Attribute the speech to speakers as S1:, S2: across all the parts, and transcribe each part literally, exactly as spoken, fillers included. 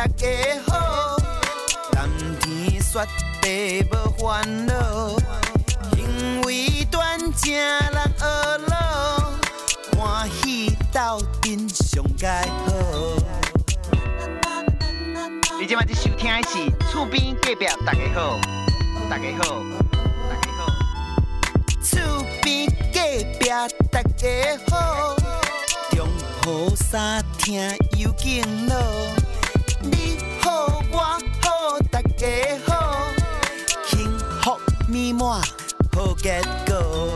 S1: 大家好，蓝天雪地无烦恼，行为端正人学老，欢喜斗阵上佳好。你即摆在收听的是厝边隔壁大家好，大家好，大家好，厝边隔壁大家好，中好三听有敬老，你好我好大家好，幸福美满好结果。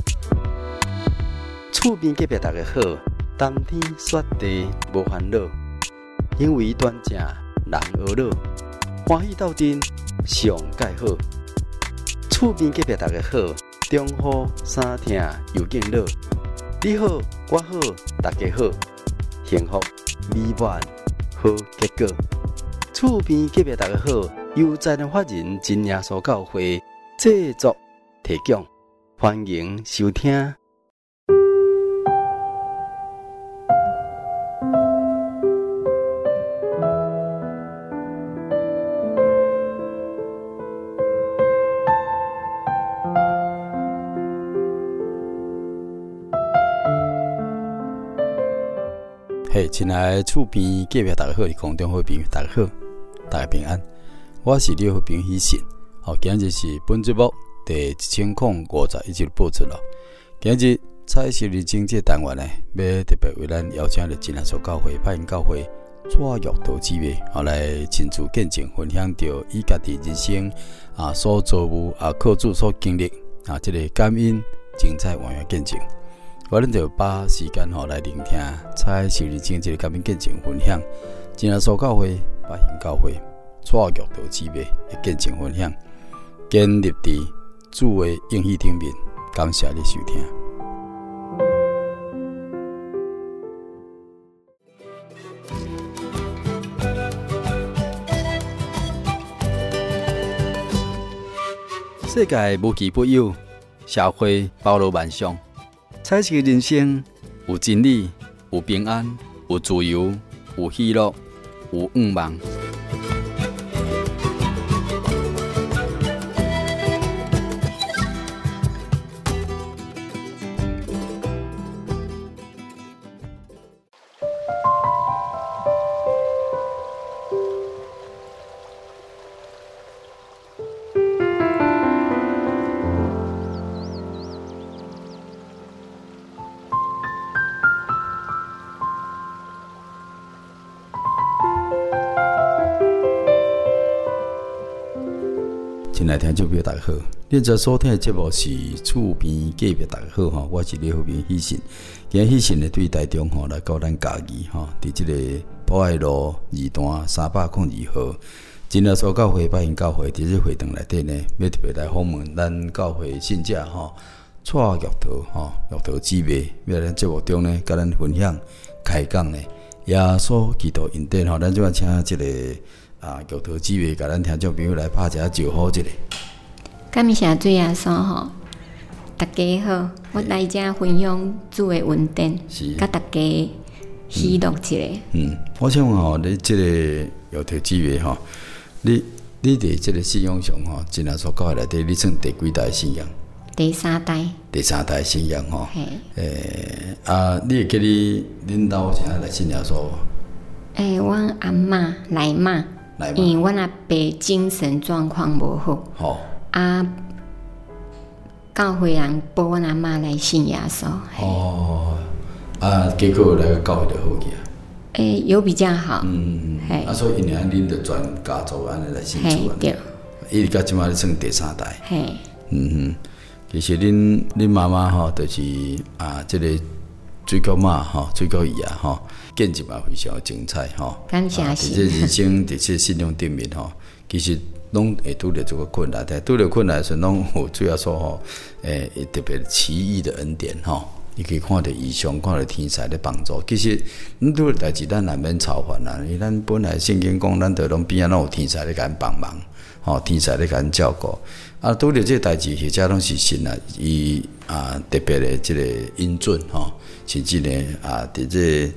S2: 厝边隔壁大家好，冬天雪地无烦恼，行为端正人学老，欢喜斗阵上佳好。厝边隔壁大家好，中好三听又敬老，你好我好大家好，幸福美满好结果。厝边隔壁大家好，由在人法人真耶稣教会制作提供，欢迎收听。嘿，亲爱的厝边隔壁大家好，空中好朋友大家好，大家平安。我是你好朋友喜信。好，今日是本节目第一千零五十一集播出了。今日彩色日经这单元呢，要特别为咱邀请了真耶稣教会、派因教会蔡玉桃姊妹，后来亲自见证分享到伊家己人生啊所遭遇啊靠主所经历啊，这个感恩精彩完完见证。我们就把时间吼来聆听彩色日经这个感恩见证分享，真耶稣教会、百行教会蔡玉桃姊妹的见证分享，建立在主的应许顶面。感谢你收听。世界无奇不有，社会包罗万象。彩色人生有真理，有平安，有自由，有喜乐，有愿望。亲爱的听众朋友大家好，您在收听的节目是厝边隔壁大家好哈，我是你好朋友喜信。今日喜信呢对台中吼来到咱家己吼，伫即个博爱路二段三百零二号，真耶稣教会百行教会伫即会堂内底呢，要特别来访问咱教会信者吼，蔡玉桃吼，玉桃姊妹，要咱节目中呢，甲咱分享开讲呢，耶稣基督恩典吼，咱就要请即、这个。啊，玉桃姊妹，甲咱听众朋友来拍一下招呼一下。
S3: 感谢主耶稣吼，大家好，我来遮分享主的恩典，甲大家喜乐一下。
S2: 嗯，我想吼，你即个玉桃姊妹吼，你你伫即个信仰上吼，真耶稣教会内底，你算第几代信仰？
S3: 第三代。第
S2: 三代信仰吼。诶、欸，啊，你会记你恁兜啥来信耶稣？
S3: 诶、欸，阮阿嬷来嬷。因为阮阿爸精神状况无好，
S2: 哦、
S3: 啊，教会人报阮阿嬷来信耶稣。
S2: 哦，啊，结果来个教会就好去啊。
S3: 诶、欸，有比较好。
S2: 嗯嗯。啊，所以因为恁就全家族安尼来信主啊。
S3: 对。
S2: 伊到即马算第三代。
S3: 嘿。
S2: 嗯哼，其实恁恁妈妈吼，就是啊，即、这个水果妈吼，水果姨啊吼。见证嘛非常精彩吼，
S3: 感谢神。
S2: 伫这人生，伫这信仰顶面吼，其实拢会拄着这个困难，但拄着困难的时候，拢有主要说吼，诶、欸，特别奇异的恩典吼，你可以看到异象，看到天才的帮助。其实，咱拄着代志，咱难免操烦啦，因为咱本来圣经讲，咱着拢边仔拢有天才咧，甲咱帮忙，吼，天才咧，甲咱照顾。啊，拄着这个代志，或者拢是神啊，伊啊特别的这个恩准吼，甚至呢啊，伫这个。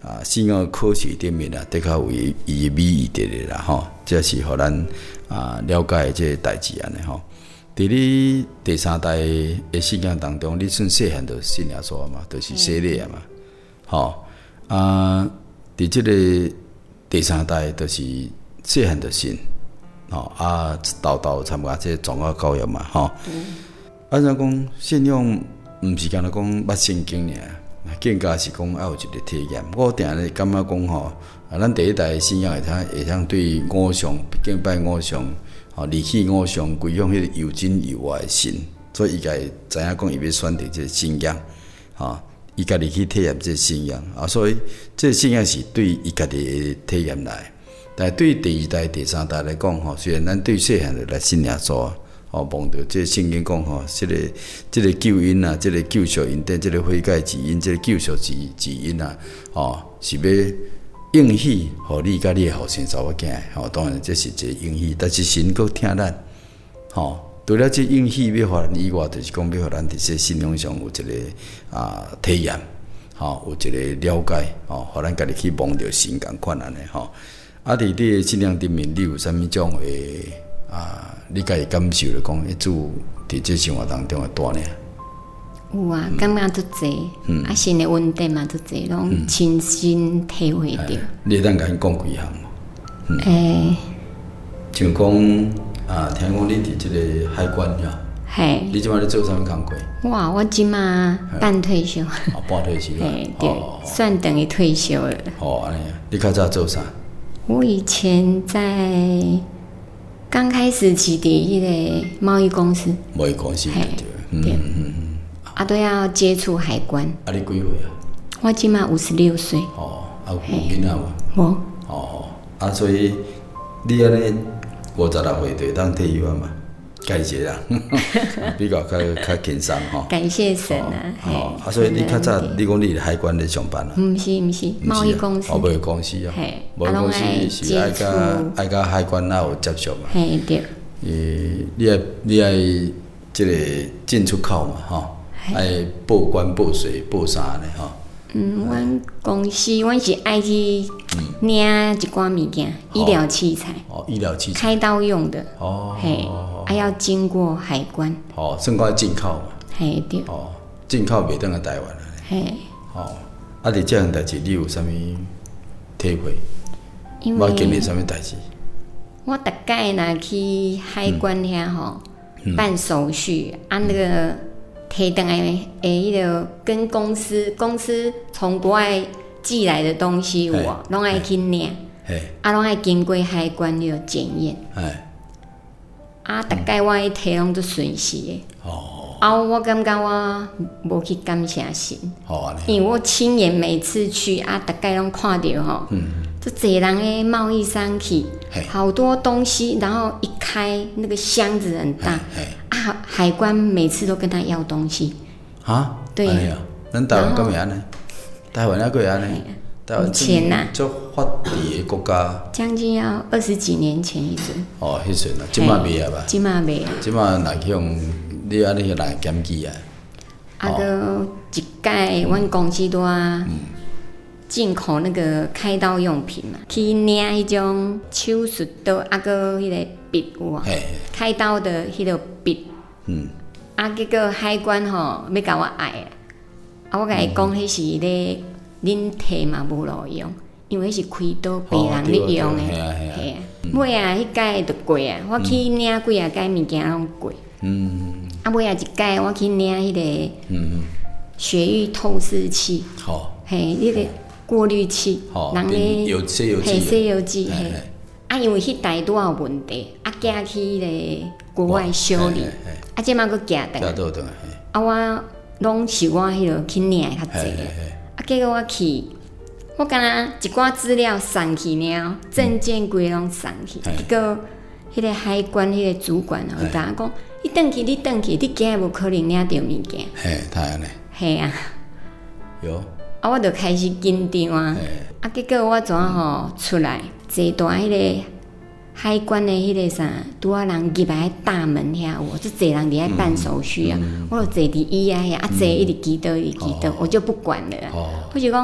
S2: 啊信用科学顶面啊，的确有伊伊美誉伫咧啦吼，这是互咱啊了解即个代志安尼吼。伫你第三代的信仰当中，你算细汉就信耶稣嘛，就是洗礼啊嘛，吼、嗯、啊，伫即个第三代就是细汉就信，吼啊，豆豆参加即个宗教教育嘛，吼。嗯、啊，怎讲信仰毋是干那讲捌圣经尔，更加是讲要有一个体验。我定咧感觉讲吼，啊，咱第一代的信仰会通会通对偶像敬拜偶像。吼，离弃偶像，归向迄个有真有爱的神，所以伊家会知影讲伊要选择即个信仰，吼，伊家己去体验即个信仰，啊，所以即个信仰是对伊家己的体验来，但对第二代、第三代来讲，吼，虽然咱对细汉就来信耶稣，吼，望到即个圣经讲，吼，即个即个救恩啊，即个救赎恩典，即个悔改之恩，即个救赎之之恩啊，吼，是要。应许，互你甲你的后生查某囝，吼，当然这是一个应许，但是神佫听咱，吼，除了这应许要互咱以外，就是讲要互咱伫这信仰上有一个啊体验，吼，有一个了解，吼，互咱家己去望着神共款安尼，吼。啊，伫你的信仰顶面，你有啥物种诶啊？你家己感受来讲，迄主伫这生活当中诶大呢？
S3: 有啊，感觉足济，嗯、啊，新的稳定嘛足济，拢亲身体会着。
S2: 你当甲因讲几项无？诶、嗯，像讲啊，听讲你伫即个海关吼，嘿，你即摆咧做啥物工课？
S3: 哇，我即马半退休。
S2: 哦，半退休。
S3: 嘿，对，哦、算等于退休了。
S2: 哦，安尼啊，你较早做啥？
S3: 我以前在刚开始起伫迄个贸易公司。
S2: 贸易公司对对，嗯嗯嗯。
S3: 啊，都要接触海关。
S2: 啊，你几岁啊？
S3: 我今嘛五十六岁。
S2: 哦，啊有囡仔无？
S3: 无。
S2: 哦，啊，所以你安尼五十六岁就当退休啊嘛？感谢啊，比较较较轻松吼。
S3: 感谢神啊！
S2: 哦，啊，所以你较早，你讲你伫海关咧上班啊？
S3: 毋是毋是，贸易公司。
S2: 哦，贸易公司啊。贸易公司是爱甲爱甲海关哪有接触嘛？
S3: 嘿对。
S2: 诶，你爱你爱即个进出口嘛？吼。爱报关、报税、报啥呢？吼。
S3: 嗯，阮公司阮是爱去领一寡物件，医疗器材。
S2: 哦，医疗器材。
S3: 开刀用的。
S2: 哦。
S3: 嘿，还要经过海关。
S2: 哦，算讲进口嘛。
S3: 嘿对。
S2: 哦，进口袂当来台湾啊。
S3: 嘿。
S2: 哦，啊，伫这项代志，你有啥物体会？因为我经历啥物代志？
S3: 我逐摆若去海关遐吼，办手续，按那个。摕倒来诶，迄个跟公司公司从国外寄来的东西有哦，拢爱去领，啊，拢爱经过海关迄个检验。啊，大概我迄摕拢都顺时诶。哦。啊，我感觉我无去感谢神。哦，因为我亲眼每次去啊，大概拢看到吼，就侪人诶贸易商去，好多东西，然后一开那个箱子很大。啊，海关每次都跟他要东西。啊？对呀。
S2: 咱台湾敢会安尼？台湾还会安尼？台湾
S3: 以前呐，
S2: 做法治的国家。
S3: 将近要二十几年前一阵。
S2: 哦，迄阵啊，即马未啊吧？
S3: 即马未啊。
S2: 即马若去用你安尼来检举啊？
S3: 啊，个一届阮公司都啊。进口那个开刀用品嘛，去领迄种手术刀，啊个迄个笔有啊，开刀的迄个笔，嗯，啊结果海关吼要甲我爱啊，我甲伊讲迄是咧恁摕嘛无路用，因为是开刀别人咧用诶，嘿啊，尾啊迄届就过啊，我去领几啊届物件拢过，嗯，啊尾啊一届我去领迄个，嗯，血液透视器，好，嘿，迄个。过滤器，人咧
S2: 有西油
S3: 剂，西油剂，嘿，啊，因为迄台拄有问题，啊，寄去迄个国外修理，啊，即马佫寄倒来，啊，我拢是我迄落去领较济，啊，结果我去，我敢若一寡资料送去了，证件规拢送去，结果迄个海关迄个主管啊，甲我讲，你转去，你转去，你今日无可能领到物件，
S2: 嘿，他安尼，
S3: 嘿啊，
S2: 有。
S3: 啊，我就开始紧张啊！啊，结果我怎吼出来，坐大迄个海关的迄个啥，拄啊人入来大门遐有，就侪人伫遐办手续啊。嗯嗯、我就坐伫椅仔遐，啊坐一直祈祷一直祈祷，我就不管了。哦、我就讲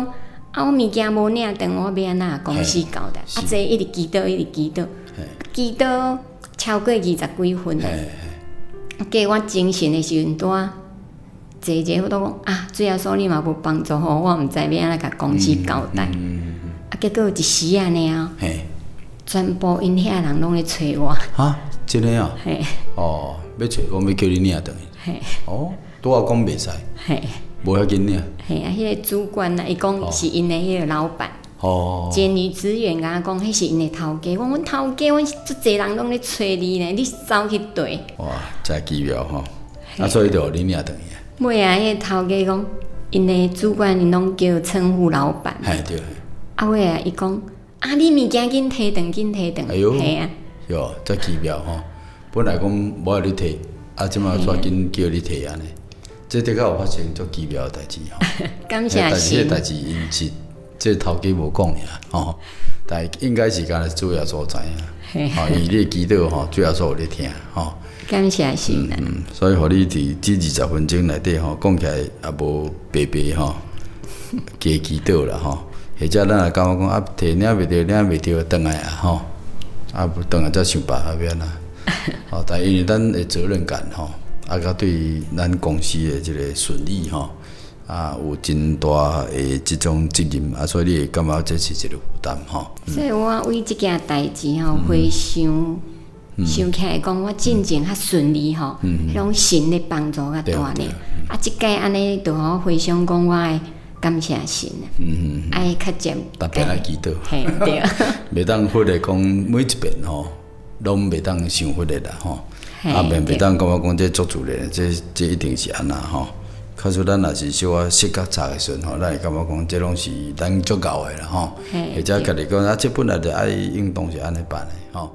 S3: 啊，我物件无领顿，我要安那公司交代？啊，这一直祈祷，一直祈祷，祈祷超过二十几分了。加我精神的时阵，拄啊，坐坐我都讲啊，最后说你嘛无帮助好，我毋知要安那甲公司交代。啊，结果有一时安尼啊，全部因遐人拢咧找我。
S2: 哈，真诶啊？
S3: 嘿。
S2: 哦，要找我要叫你领顿。嘿。哦，拄啊讲袂使。嘿。无要紧领。
S3: 嘿啊，迄个主管啊，伊讲是因的迄个老板。
S2: 哦。
S3: 监理职员甲我讲，迄是因的头家。我讲阮头家，阮足侪人拢咧找你呢，你走去对。
S2: 哇，真奇妙吼！啊，所以就你领顿去。
S3: 尾啊，迄个头家讲，因的主管因拢叫称呼老板。
S2: 嘿对。
S3: 啊尾啊，伊讲。啊！你物件紧摕顿，紧摕顿。哎呦，系啊，
S2: 哟，真奇妙吼！本来讲无要你摕，啊，即马煞紧叫你摕安尼，这的确有发生足奇妙的代志吼。
S3: 感谢神。
S2: 但是这代志因是这头家无讲尔吼，但应该是干主要所在啊。吼，伊咧祈祷吼，主要所有咧听吼。
S3: 感谢神啊！
S2: 嗯，所以互你伫这二十分钟内底吼，讲起来也无白白吼，加祈祷啦吼。或者咱也感觉讲啊，摕领袂着，领袂着，转来啊吼，啊不转来再想办法要安那。吼，但因为咱的责任感吼，啊，甲对咱公司的即个顺利吼，啊有真大的即种责任，啊，所以你会感觉这是一个负担吼。
S3: 所以我为即件代志吼，回想想起来讲，我进前较顺利吼，迄种神的帮助较大呢。啊，即届安尼就互我回想讲我的。感谢神啊！嗯嗯，爱较渐，
S2: 特别爱祈祷，
S3: 嘿对，
S2: 袂当忽略讲每一遍吼，拢袂当想忽略啦吼，啊免袂当感觉讲这做主的，这这一定是安那吼。假使咱若是小可识觉差的时阵吼，咱会感觉讲这拢是咱足够的啦吼，或者家己讲啊，这本来就爱应当是安尼办的吼。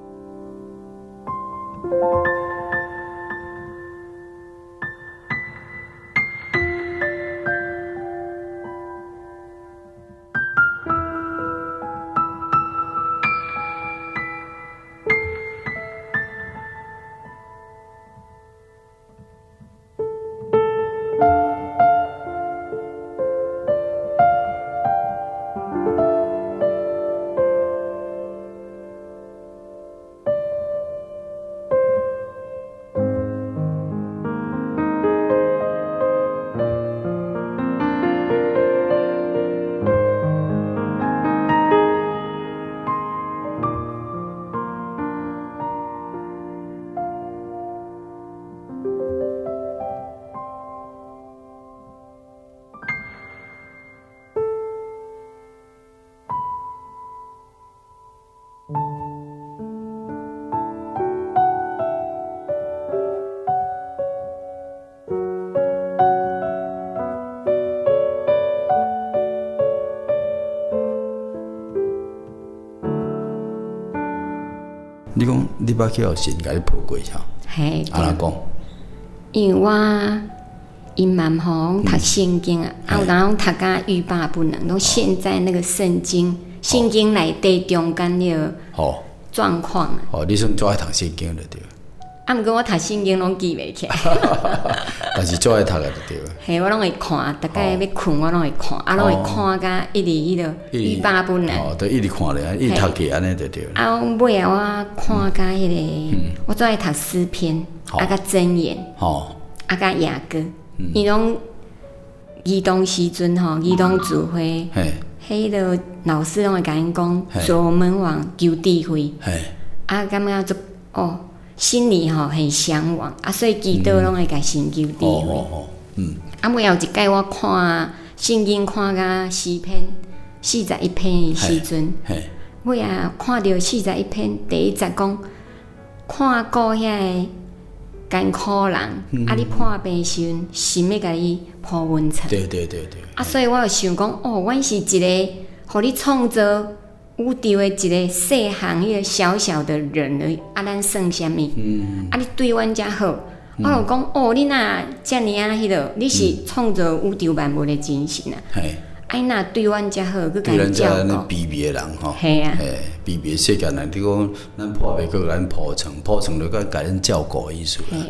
S2: 你讲你捌去互神甲你抱过啥？
S3: 嘿，
S2: 安怎讲？
S3: 因为我因蛮好读圣经啊，啊有人拢读甲欲罢不能，拢陷在那个圣经圣经内底中间那个状况啊。
S2: 哦，你算做爱读圣经就对。
S3: 啊，毋过我读圣经拢记袂起来。
S2: 但是做爱读的就对。
S3: 嘿，我拢会看，大概要困我拢会看，啊，拢会看甲一直迄个欲罢不能。
S2: 哦，对，一直看咧，一直读起安尼就对。
S3: 啊，尾啊，我看甲迄个，我做爱读诗篇，啊，甲箴言，啊，甲雅歌，伊拢移动时阵吼，移动智慧，迄个老师拢会甲因讲，所罗门王求智慧，啊，感觉就哦。心里吼很向往啊，所以祈祷拢会甲神求智慧。嗯，啊，尾后一届我看圣经看甲诗篇四十一篇的时阵，尾啊看到四十一篇第一节讲，看顾遐个艰苦人，嗯、啊，你破病时阵，神要甲你铺温床。
S2: 对对对对。
S3: 啊，所以我就想讲，哦，阮是一个，互你创造。宇宙的一个细项，迄个小小的人而已，啊，咱算啥物？嗯、啊，你对阮遮好，嗯、我就讲哦，你若遮尔啊，迄个你是创造宇宙万物的精神啊。嘿，啊，你若对阮遮好，佮甲伊照顾。对咱遮卑微的人吼，嘿啊，嘿，卑微世界内，你讲咱破病，佮咱铺床，铺床就佮甲咱照顾的意思啦。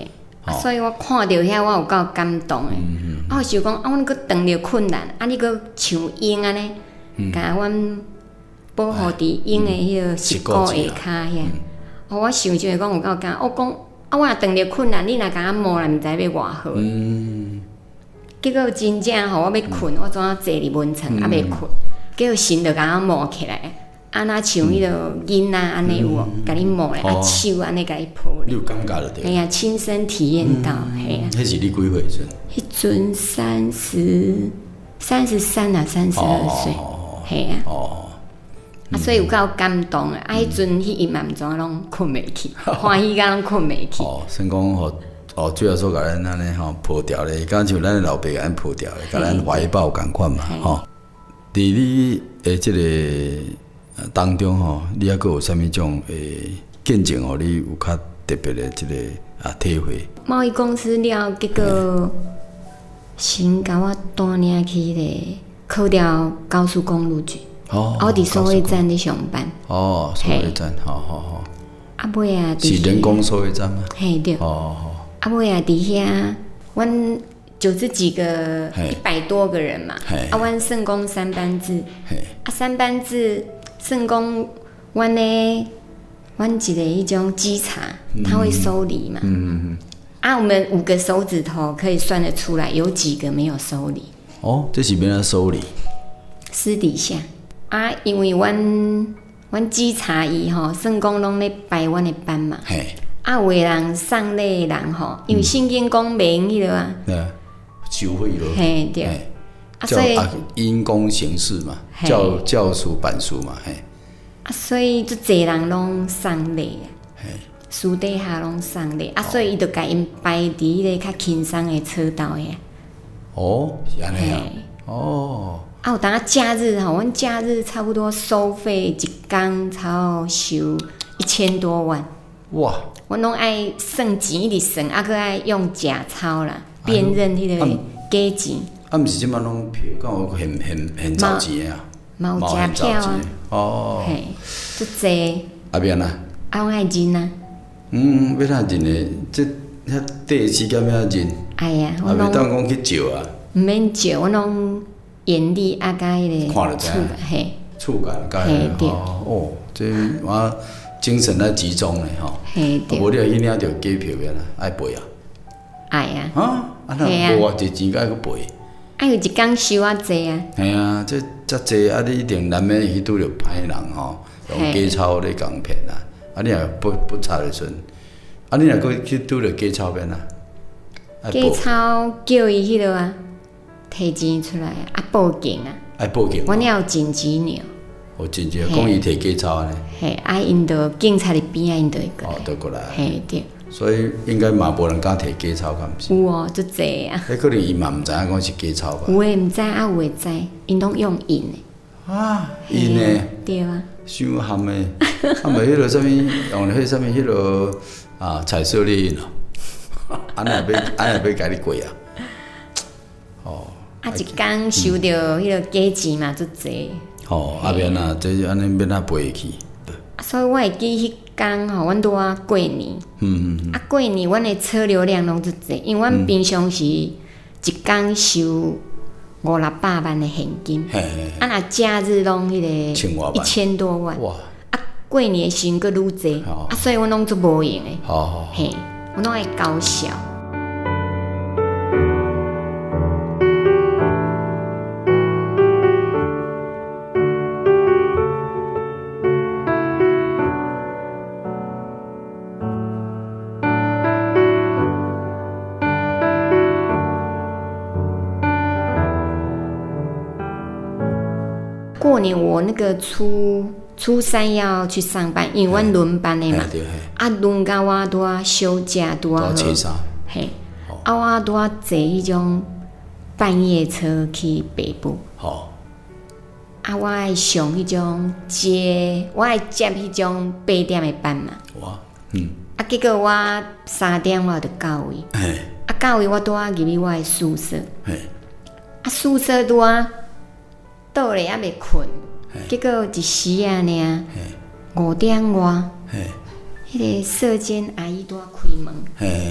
S3: 啊，所以我看到遐我有够感动诶。嗯、啊，我想讲，啊，阮搁遇着困难，啊，你搁像鹰安尼，甲阮保护伫鹰诶迄个膝骨下骹遐。哦，我想就会讲有够感，我讲啊，我若遇着困难，你若甲我摸来，毋知要偌好。嗯。结果真正吼，我要困，我怎啊坐伫蚊床啊要困，结果神就甲我摸起来。啊，那像迄个囡仔安尼有无？甲你摸咧，啊手安尼甲你抱咧。
S2: 你有感觉就对。
S3: 哎呀，亲身体验到，嘿啊。
S2: 迄是你几岁时阵？
S3: 迄阵三十、三十三啊，三十二岁，嘿啊。哦。啊，所以有够感动啊！啊，迄阵迄伊嘛毋知影拢困袂去，欢喜甲拢困袂去。
S2: 哦，先讲吼，哦，主要说甲咱安尼吼抱掉咧，敢像咱老爸甲咱抱掉咧，甲咱怀抱共款嘛，吼。伫你诶即个。当中吼，你还阁有啥物种诶见证吼？你有较特别的即个啊体会？
S3: 贸易公司了，结果先甲我带领去迄个考调高速公路局。哦。我伫收费站咧上班。
S2: 哦，收费站，好好好。
S3: 啊尾啊，
S2: 是人工收费站吗？
S3: 嘿对。哦。啊尾啊，伫遐，阮九十几个，一百多个人嘛。啊，阮算讲三班制。啊，三班制。算讲，阮咧，阮一个迄种稽查，他会收礼嘛。嗯嗯嗯。啊，我们五个手指头可以算得出来，有几个没有收礼。
S2: 哦，这是免他收礼。
S3: 私底下啊，因为阮阮稽查伊吼，算讲拢咧排阮的班嘛。嘿。啊，有的人送礼的人吼，因为圣经讲袂用迄落啊。对。
S2: 收费咯。
S3: 嘿对。
S2: 啊，所以因公行事嘛，教教书板书嘛，嘿。
S3: 啊，所以就侪人拢送礼啊，嘿，私底下拢送礼，啊，所以伊就甲因排伫迄个较轻松的车道遐。
S2: 哦，是安尼啊。哦。
S3: 啊，有当啊假日吼，阮假日差不多收费一工差不收一千多万。哇！阮拢爱算钱，一直算，啊，佮爱用假钞啦，辨认迄个假钱。
S2: 啊，毋是即摆拢票，敢有现现现钞钱啊？
S3: 嘛有假票啊！
S2: 哦，
S3: 嘿，足济。
S2: 啊免啊？
S3: 啊，阮爱认啊。
S2: 嗯，要哪认诶？即遐地时间要认。
S3: 哎呀，
S2: 我拢。啊，袂当讲去照啊。
S3: 毋免照，阮拢眼力啊，甲迄个。
S2: 看着知。
S3: 嘿。
S2: 触感，甲迄个。哦，这我精神爱集中诶吼。嘿对。无你若去领着假票免啊？爱赔啊？
S3: 爱啊。
S2: 啊？啊那无偌济钱，甲去赔？
S3: 啊，有一工收啊济啊！
S2: 系啊，这遮济啊，你一定难免去拄着歹人吼，用假钞咧共骗啊！啊，你若不不查的时阵，啊，你若搁去拄着假钞边啊？
S3: 假钞叫伊迄落啊，摕钱出来啊，报警啊！
S2: 爱报警！
S3: 我了有紧急鸟。
S2: 哦，真正讲伊摕假钞安尼。
S3: 嘿，啊，因着警察伫边啊，因着会过来。
S2: 哦，倒过来。
S3: 嘿，对。
S2: 所以应该嘛无人敢摕假钞，敢毋是？
S3: 有哦，足济啊！
S2: 迄可能伊嘛毋知影讲是假钞吧？
S3: 有诶毋知，啊有诶知，因拢用印诶。
S2: 啊，印诶。
S3: 对啊。
S2: 伤含诶，啊，袂迄落啥物用迄啥物迄落啊彩色列印哦，安尼要安尼要甲你过啊？哦。
S3: 啊，一工收着迄落假钱嘛，足济。
S2: 哦，啊免啊，这安尼免啊赔去。
S3: 所以我会记迄工吼，阮拄啊过年，嗯嗯啊过年，阮的车流量拢足济，因为阮平常时一工收五六百万的现金，啊若假日拢迄个一千多万，哇！啊过年的时阵佫愈济，啊所以阮拢足无用的，嘿，阮拢爱高效。过年我那个初初三要去上班，因为阮轮班的嘛，啊轮到我拄啊休假拄啊好，嘿，啊我拄啊坐迄种半夜车去北部，好，啊我爱上迄种接，我爱接迄种八点的班嘛，哇，嗯，啊结果我三点我就到位，嘿，啊到位我拄啊入去我的宿舍，嘿，啊宿舍拄啊。倒咧还袂困，结果一时啊呢，五点外，迄个舍监阿姨拄啊开门，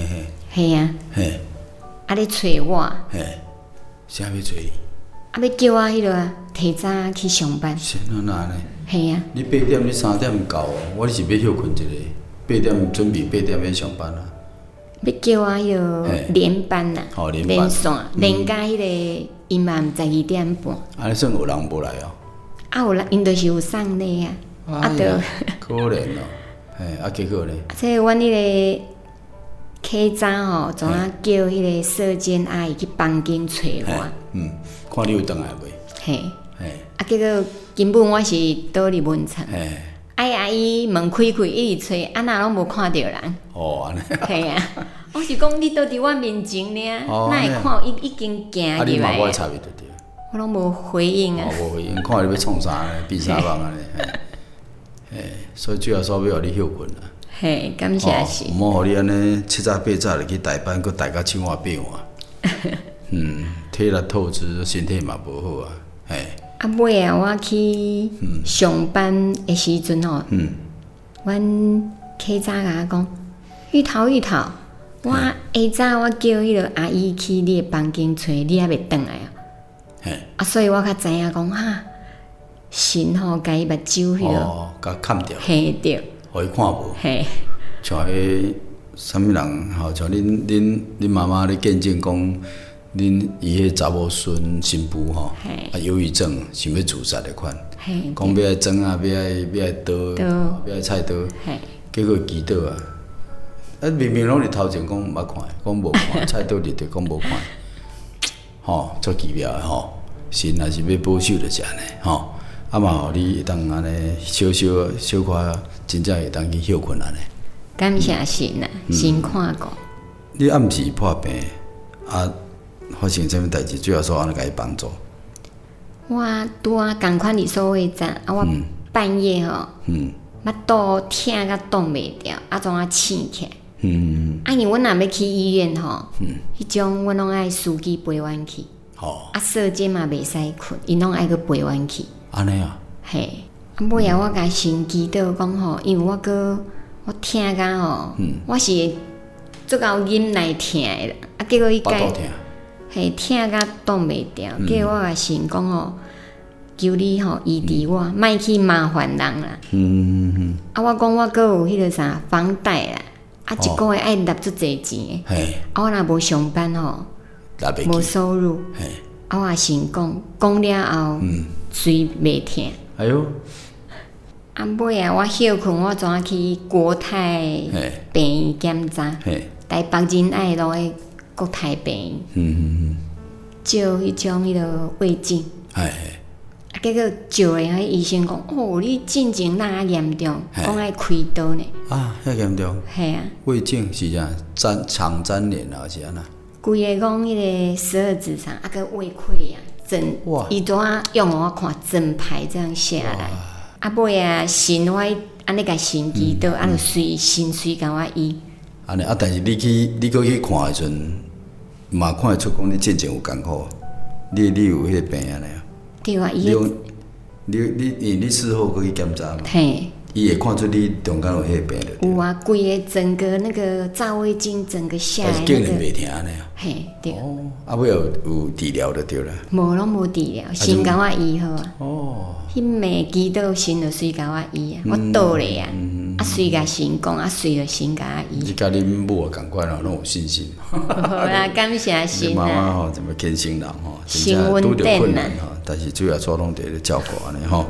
S3: 嘿啊，
S2: 嘿，
S3: 啊咧找我，
S2: 嘿，啥要找你？
S3: 啊要叫我迄落提早去上班。
S2: 是哪哪呢？
S3: 嘿啊，
S2: 你八点你三点到哦，我是要休困一下，八點準備八點要上班啊。
S3: 要叫我迄落連班啦，
S2: 哦連班
S3: 連線連甲迄個因嘛毋十二點半。
S2: 安尼算有人無來哦？
S3: 啊有人，因著是有送禮啊，啊著
S2: 可憐哦。嘿，啊結果呢？
S3: 所以阮迄個客早吼，總啊叫迄個舍監阿姨去房間找我。
S2: 嗯，看你有倒來未？
S3: 嘿，
S2: 嘿，
S3: 啊結果根本我是倒佇門床。
S2: 嘿，
S3: 哎阿姨門開開一直找，啊哪攏無看到人。
S2: 哦安尼。
S3: 嘿啊，我是講你倒佇我面前呢，
S2: 哦
S3: 哪會看已已經行
S2: 啊，你
S3: 入來啊？
S2: 嘛我插伊就對。
S3: 我攏無回應啊。
S2: 哦，無回應，看你要創啥呢？變啥人安尼？嘿，所以最後所要互你休困啦。
S3: 嘿，感謝是。
S2: 毋好互你安尼七早八早就去台班，佮大家唱話變話。嗯，體力透支，身體嘛無好啊。嘿。
S3: 啊尾啊，我去上班的時陣吼，
S2: 嗯，
S3: 阮客早甲我講，芋頭芋頭，我下早我叫迄個阿姨去你的房間找，你還袂轉來啊？
S2: 嘿。
S3: 啊，所以我較知影講哈，神吼，甲伊目睭迄個
S2: 哦，甲砍掉，
S3: 黑着，
S2: 互伊看無。
S3: 嘿，
S2: 像迄啥物人，吼，像恁恁恁媽媽咧見證講，恁伊迄查某孫新婦吼，啊憂鬱症，想要自殺的款，
S3: 嘿，
S2: 講要愛裝啊，要愛要愛倒，
S3: 倒
S2: 要愛菜倒，
S3: 嘿，
S2: 結果祈禱啊，啊明明攏佇頭前講毋捌看，講無看，菜倒入着講無看，吼，足奇妙的吼，神若是要保守就是安尼，吼，啊嘛互你會當安尼小小小可，真正會當去休困安尼。
S3: 感謝神啊，神看過。
S2: 你暗時破病啊，發生啥物代志？最後說安尼甲伊幫助。
S3: 我拄啊共款佇所位站，啊我半夜吼，
S2: 嗯，
S3: 腹肚疼甲擋袂牢，啊總啊醒起來。
S2: 嗯
S3: 啊因為阮若要去醫院吼，迄種阮攏愛司機陪阮去，
S2: 吼，
S3: 啊舍監嘛袂使困，因攏愛去陪阮去。
S2: 安尼啊，
S3: 嘿，啊尾啊我甲神祈禱講吼，因為我閣我疼甲吼，我是足夠忍耐疼的啦，啊結果伊改。
S2: 腹肚疼，
S3: 嘿，疼甲擋袂牢，叫我甲神講吼，求你吼醫治我，莫去麻煩人啦。
S2: 嗯嗯
S3: 啊，我講我閣有迄個啥房貸啦，啊一個月愛納足濟錢的，
S2: 嘿，
S3: 啊我若無上班吼，
S2: 來袂
S3: 無
S2: 記，
S3: 收入，
S2: 嘿，
S3: 啊我神講講了後，嘴袂疼。
S2: 哎呦，
S3: 啊尾啊，我休困，我怎啊去國泰
S2: 嘿，
S3: 病院檢查，
S2: 嘿，
S3: 台北仁愛路的國泰病院，
S2: 嗯嗯
S3: 照迄種迄個胃鏡。
S2: 嗯，嘿，
S3: 啊，結果照誒，迄醫生講，哦，你進前哪嚴重，
S2: 嘿
S3: 講愛開刀呢。
S2: 啊，遐嚴重，
S3: 係啊，
S2: 胃鏡是啥？粘腸粘連啊，是安那？
S3: 規個講迄個十二指腸，啊個胃潰瘍，整
S2: 哇
S3: 伊都啊用我看整排這樣下來，啊尾啊神我安尼甲神祈禱，啊就隨神隨甲我醫。
S2: 安尼啊，但是你去你閣去看誒陣，嘛看會出講你進前有艱苦，你你有迄個病安尼啊？
S3: 對啊，伊
S2: 你有你你你你事後閣去檢查嘛？
S3: 嘿
S2: 伊會看出你中間有迄個病的。
S3: 有啊，規個整個那個照胃鏡整個下來
S2: 但是竟然
S3: 那個，
S2: 袂疼安尼啊？
S3: 嘿對，
S2: 哦，啊尾有有治療就對啦。
S3: 無攏無治療，神甲我醫好啊。
S2: 哦，
S3: 迄暝祈禱神就隨甲我醫啊，我倒咧啊，啊隨甲神講，啊隨着神甲我醫。
S2: 你甲恁母啊共款哦，攏有信心。
S3: 好啦，感謝
S2: 你
S3: 神
S2: 媽媽
S3: 啊，
S2: 吼，怎麼虔誠人吼，真
S3: 心穩
S2: 正拄着
S3: 定
S2: 困難
S3: 啊
S2: 吼，但是主要做攏佇咧照顧安尼吼。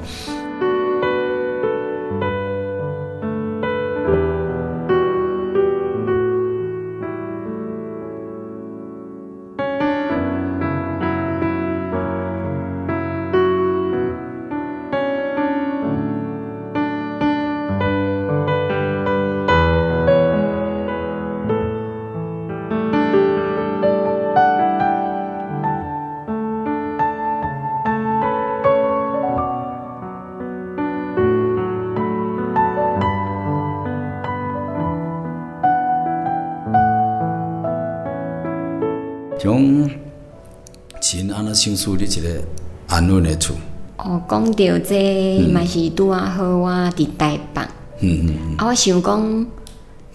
S2: 像神安那想賜你一個安穩的厝，
S3: 哦，講到這嘛是拄啊好，我佇台北，
S2: 嗯嗯
S3: 啊我想講，爸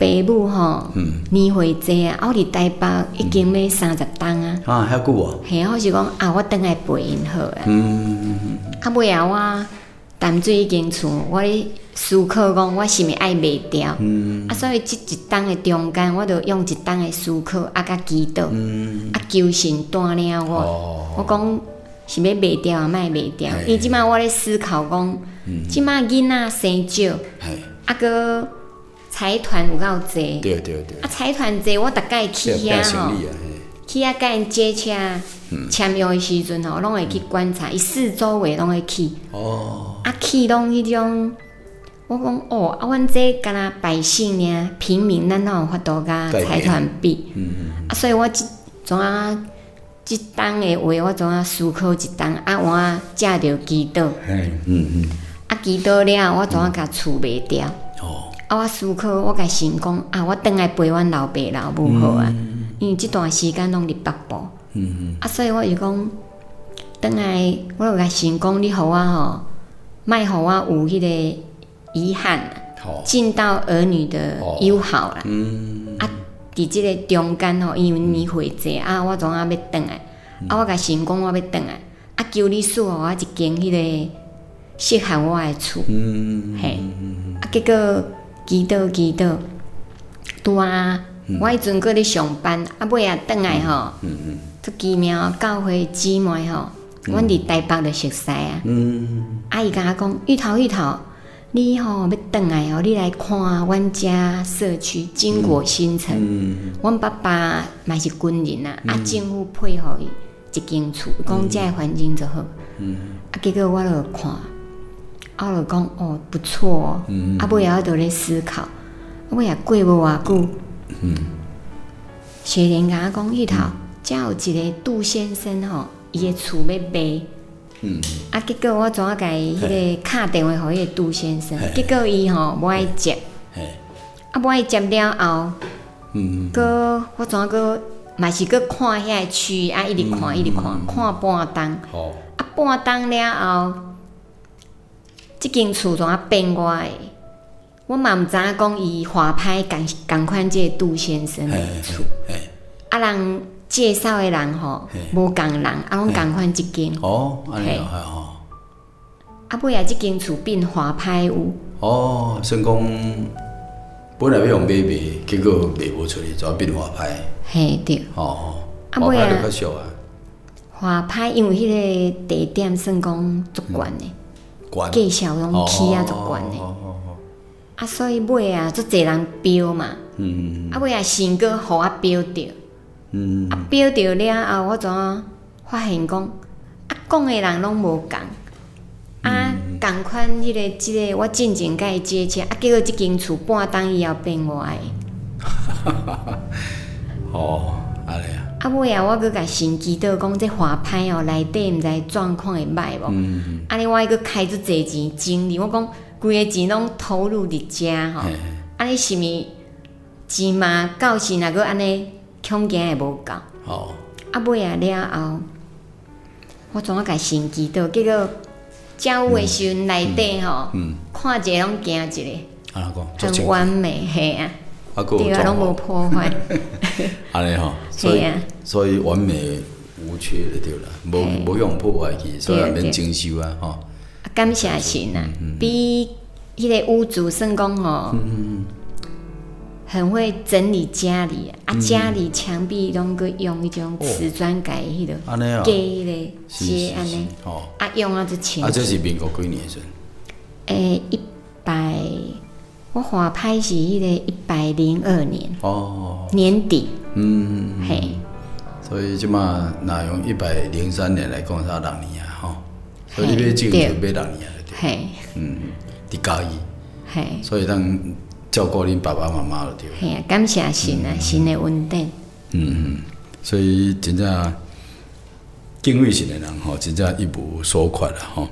S3: 爸母吼，年岁济啊，我伫台北已经要三十冬啊。
S2: 啊，遐久哦。
S3: 嘿，我是讲啊，我倒来陪因好啊。
S2: 嗯。
S3: 啊，尾啊，我淡水迄间厝，我咧思考讲，我是毋是爱卖掉？嗯。啊，所以即一冬的中间，我着用一冬的思考，啊，甲祈祷，嗯。啊，求神带领我。哦。我讲是要卖掉啊，莫卖掉。因为即摆我咧思考讲，即摆囡仔生少，啊个。财团有够济，
S2: 对对对。
S3: 啊，财团济，我逐摆去遐吼，去遐甲因坐车签约的时阵吼，拢会去观察，伊四周围拢会去。哦。啊，去拢迄种，我讲哦，啊，阮这敢若百姓尔，平民，咱哪有法度甲财团比？嗯嗯。啊，所以我即怎啊，即当的话，我怎啊思考一当，啊，我借着祈祷。嗯嗯。啊，祈祷了，我怎啊甲厝卖掉？哦。啊！我思考，我甲神讲啊，我倒来陪阮老爸老母好啊，嗯、因为即段时间拢伫北部，嗯、啊，所以我就讲，倒来我就甲神讲，你互我吼，莫互我有迄个遗憾，尽到儿女的友好啦。嗯、啊，伫即个中间吼，因为年岁济啊，我总啊要倒来，嗯、啊，我甲神讲我要倒来，啊，求你赐互我一间迄个适合我的厝，嗯、嘿，啊，结果。祈祷祈祷，拄啊！我迄阵搁咧上班，啊尾啊转来吼，足奇妙教会姊妹吼，阮伫台北就熟悉啊。啊伊甲我讲，芋头芋头，你吼要转来吼，你来看阮遮社区金国新城。阮爸爸嘛是军人啊，啊政府配合伊一间厝，讲遮个环境就好。啊结果我就看。啊，我就讲哦，不错哦。嗯、啊，尾仔我就咧思考，啊，尾仔过无偌久，嗯，雪莲甲我讲，迄头，遮有一个杜先生吼，伊个厝要卖。嗯。啊，结果我怎啊甲伊迄个敲电话互迄个杜先生，结果伊吼无爱接。啊，无爱接了后，嗯，搁我怎啊搁嘛是搁看遐个区，啊，一直看，嗯、一直看，看半冬。哦。啊，半冬了后。即间厝怎啊变我的？我嘛毋知影讲伊华派共共款即个杜先生的厝，啊人介绍的人吼无共人，啊拢共款即间。
S2: 哦，安尼哦。
S3: 啊尾啊，即间厝变华派有。
S2: 哦，算讲本来要用买卖，结果卖无出去，就变华派。
S3: 嘿对。
S2: 哦哦。华派就较俗啊。
S3: 华派因为迄个地点算讲足悬的。介绍拢起啊足悬的，啊所以尾啊足侪人标嘛，啊尾啊神哥互我标着，啊标着了后我怎啊发现讲，啊讲的人拢无共，啊共款迄个即个我进前甲伊接洽，啊结果即间厝半冬以后变我的，
S2: 哦安尼啊。
S3: 啊尾啊，我搁甲神祈祷讲，这花歹哦，内底毋知状况会歹无？嗯。安尼我还搁开足侪钱精力，我讲规个钱拢投入伫遮吼。安尼是毋钱嘛？到时若搁安尼恐惊会无够。哦。啊尾啊了后，我怎啊甲神祈祷？结果交有的时阵内底吼，看一个拢惊一个。啊讲。很完美，嘿啊。对啊，拢无破坏。
S2: 安尼吼，所以所以完美无缺就对啦，无无用破坏去，所以也免精修啊吼。
S3: 感谢神啊，比迄个屋主算讲吼，很会整理家里啊，家里墙壁拢个用迄种瓷砖改迄个，加迄个接安尼，啊用啊就清。
S2: 啊，这是民国几年时？
S3: 诶，一百。我华拍是迄个一百零二年哦年底，嗯嘿，
S2: 所以即马若用一百零三年来讲，才六年啊吼，所以你要进就买六年啊，对，嘿，嗯，伫嘉义，嘿，所以当照顾恁爸爸妈妈就对，
S3: 嘿啊，感谢神啊，神的恩典，
S2: 嗯嗯，所以真正敬畏神的人吼，真正一无所缺啦吼。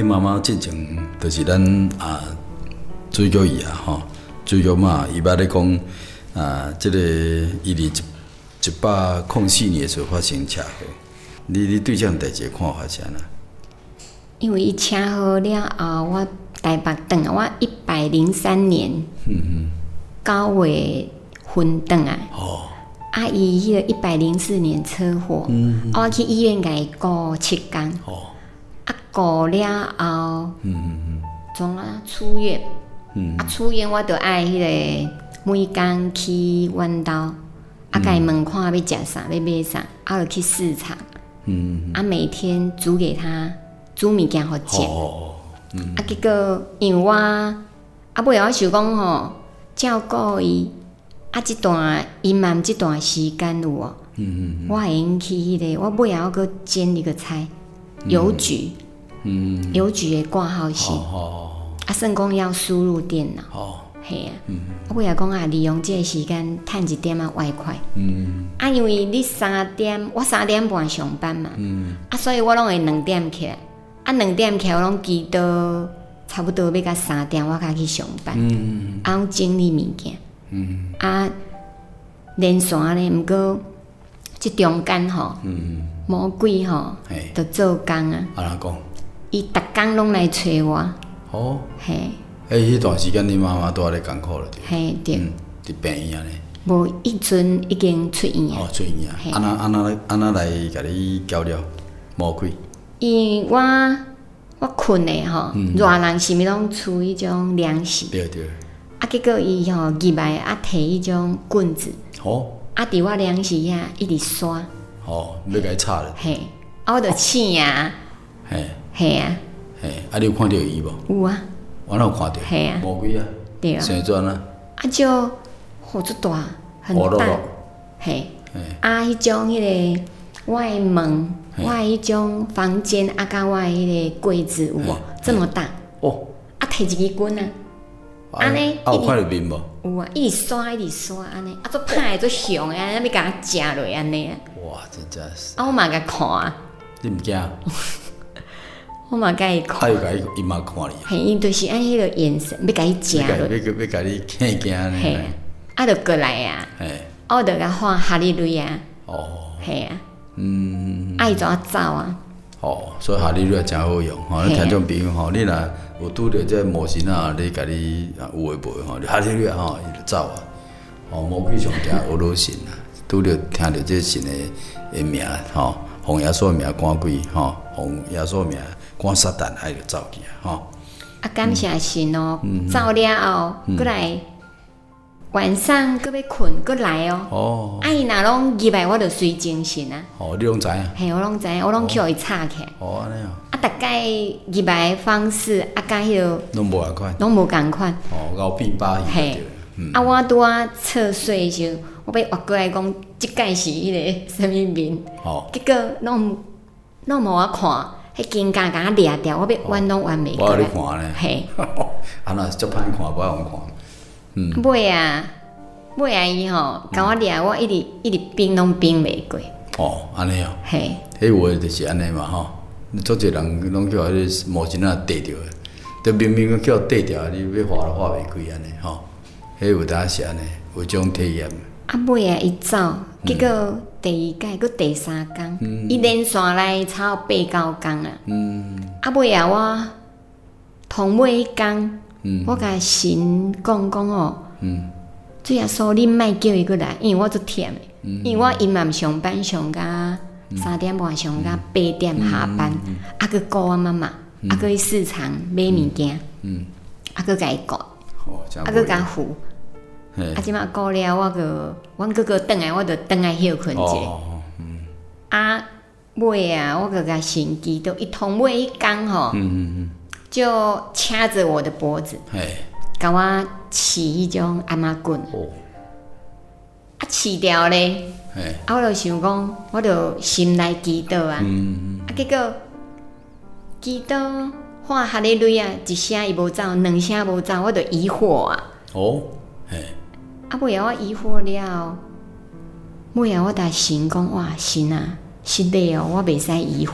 S2: 恁妈妈进前就是咱啊水果伊啊吼，水果嘛，伊捌咧讲啊，即、这个伊伫一一百零四年的时候发生车祸，你你对这样代志看法是安怎？
S3: 因为伊车祸了后，我台北转啊，我一百零三年九月份转啊。哦。啊，伊迄个一百零四年车祸，嗯嗯、我去医院甲伊顾七天。哦。啊，顾了后，嗯嗯从啊出院，嗯、啊出院我着爱迄个每工去弯道，啊甲伊问看要食啥，要买啥，啊就去市场，嗯啊每天煮给他煮物件互食。哦。嗯、啊，结果因为我啊尾我想讲吼，照顾伊，啊，即段伊嘛即段时間有哦，嗯嗯、我會用去迄、那個，我尾後閣煎一個菜，郵局，嗯、郵局的掛號是，哦、啊，算講要輸入電腦，哦、嘿啊，嗯、我尾後講啊，利用即個時間賺一點仔外快，嗯、啊，因為你三點，我三點半上班嘛，嗯、啊，所以我攏會兩點起來。啊，兩點起來，我攏記到差不多要到三點，我才去上班。嗯、啊，攏整理物件。嗯、啊，連線咧，毋過即中間吼，魔鬼吼，就做工啊。安怎講？伊逐工攏來找我。哦。嘿。誒，迄段時間，你媽媽都喺咧艱苦了。嘿，對。嗯，佇病院安尼。無，迄陣已經出院啊。哦，出院啊。安那安那安那來甲你交流魔鬼？因為我我困的吼，熱人是咪攏出迄種糧食？對對。啊，結果伊吼入來啊，摕迄種棍子，哦，啊，佇我糧食遐一直刷。哦，要甲伊插咧。嘿，啊，我著醒啊。嘿。嘿啊。嘿，啊，你有看到伊無？有啊。我哪有看到？嘿啊。魔鬼啊。對啊。生怎啊？啊，就好足大，很大。嘿。嘿。啊，迄種迄個我的門。我迄種房間啊，甲我迄個櫃子有無？這麼大哦！啊，摕一支棍啊，安尼。啊，有看到面無？有啊，一直刷，一直刷安尼，啊，做歹做凶的，安尼要甲我食落安尼啊！哇，真正是！啊，我嘛甲看啊。你毋驚？我嘛甲伊看。啊，又甲伊伊嘛看你。嘿，伊就是按迄個眼神，要甲伊食落。要要要甲你驚驚安尼。嘿，啊，就過來啊。嘿。我就甲喊哈利路亞。哦。嘿啊。嗯，愛怎走啊？哦，所以哈利路亞真好用吼，你聽種朋友吼，你若有拄着這魔神啊，你家己有誒無吼，哈利路亞吼，伊就走啊。哦，魔鬼上驚俄羅神啊，拄着聽着這神誒誒名吼，奉耶穌名趕鬼吼，奉耶穌名趕撒旦，愛就走去啊吼。啊，感謝神哦，走了後，過來。晚上閣要困，閣來哦。哦。啊，伊若攏入來，我就隨精神啊。哦，你攏知影？嘿，我攏知影，我攏叫伊插起來。哦，安尼哦。啊，大概入來的方式，啊，甲迄個。攏無共款。攏無共款。哦，牛逼巴伊。嘿。啊，我拄啊側睡的時候，我要劃過來講，即屆是迄個啥物面。哦。結果攏攏無我看，迄金甲甲我掠掉，我要彎攏彎袂過來。我你看咧。嘿。啊，那足歹看，無愛用看。嗯，尾啊，尾啊，伊吼，甲我掠，我一直一直冰攏冰袂過。哦，安尼哦。嘿。迄話就是安尼嘛吼，足濟人攏叫迄個魔神仔逮着，就明明叫逮着，你要畫都畫袂開安尼吼。迄有當是安尼，有種體驗。啊，尾啊，伊走，結果第二屆，佫第三工，伊連續來差八九工啊。嗯。啊，尾啊，我同尾迄工。嗯、我甲神講講哦，主耶穌你莫叫伊過來，因為我足忝的，嗯、因為我因嘛上班上到三點半，上到八點下班，嗯嗯、啊閣顧我媽媽，嗯、啊閣去市場買物件，嗯、啊閣甲伊顧，哦、啊閣甲扶，啊即馬顧了，我閣我閣閣轉來，我著轉來休困者，哦嗯、啊尾啊，我閣甲神祈禱，伊同尾迄工吼。嗯嗯嗯就掐着我的脖子，甲我起迄種阿媽棍，哦、啊起掉咧，啊我就想講，我就心內祈禱啊，嗯、啊結果祈禱喊哈利路亞一聲伊無走，兩聲無走，我就疑惑啊。哦，嘿，啊尾啊我疑惑了，尾啊我甲神講哇神啊，是的哦，我袂使疑惑。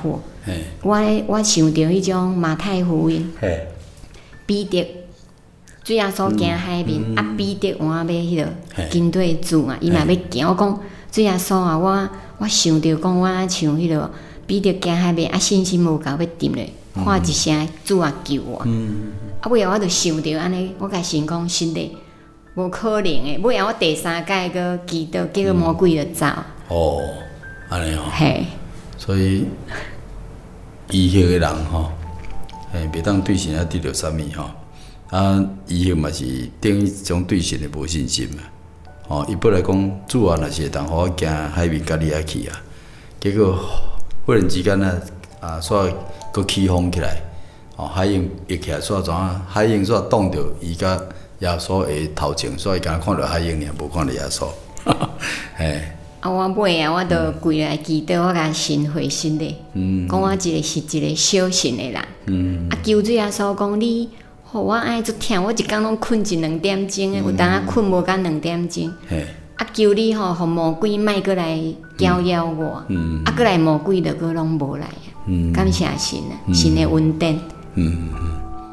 S3: 我我想到迄种马太福音，彼得水耶稣行海面，嗯、啊彼得换要迄个跟对主啊，伊嘛要行。我讲水耶稣啊，我我想到讲我像迄个彼得行海面，啊信心无够要沉咧，喊一声主啊救我。嗯、啊尾后我就想到安尼，我甲神讲实的无可能诶。尾后我第三届个祈祷，结果魔鬼就走。
S2: 哦，安尼哦。
S3: 嘿。
S2: 所以医学的人吼，诶，袂当对神啊得到啥物吼。啊，医学嘛是等于一种对神的无信心嘛。哦，伊本来讲主啊，若是会当互我行海面甲你遐去啊，结果忽然之间啊，啊，煞佫起风起来，哦，海鹰一起来煞怎啊？海鹰煞挡着伊甲耶稣的头前，所以敢看到海鹰尔，无看到耶稣。嘿。
S3: 啊，我尾啊，我著跪来祈祷，我甲神回信咧，讲、嗯、我一个是一个小信的人。嗯、啊，求主耶稣讲你，互我爱足忝，我一工拢困一两点钟的，有当啊困无敢两点钟。啊，求你吼，互魔鬼莫过来搅扰我，嗯、啊，过来魔鬼著佫拢无来啊。嗯、感谢神啊，嗯、神的恩典。嗯嗯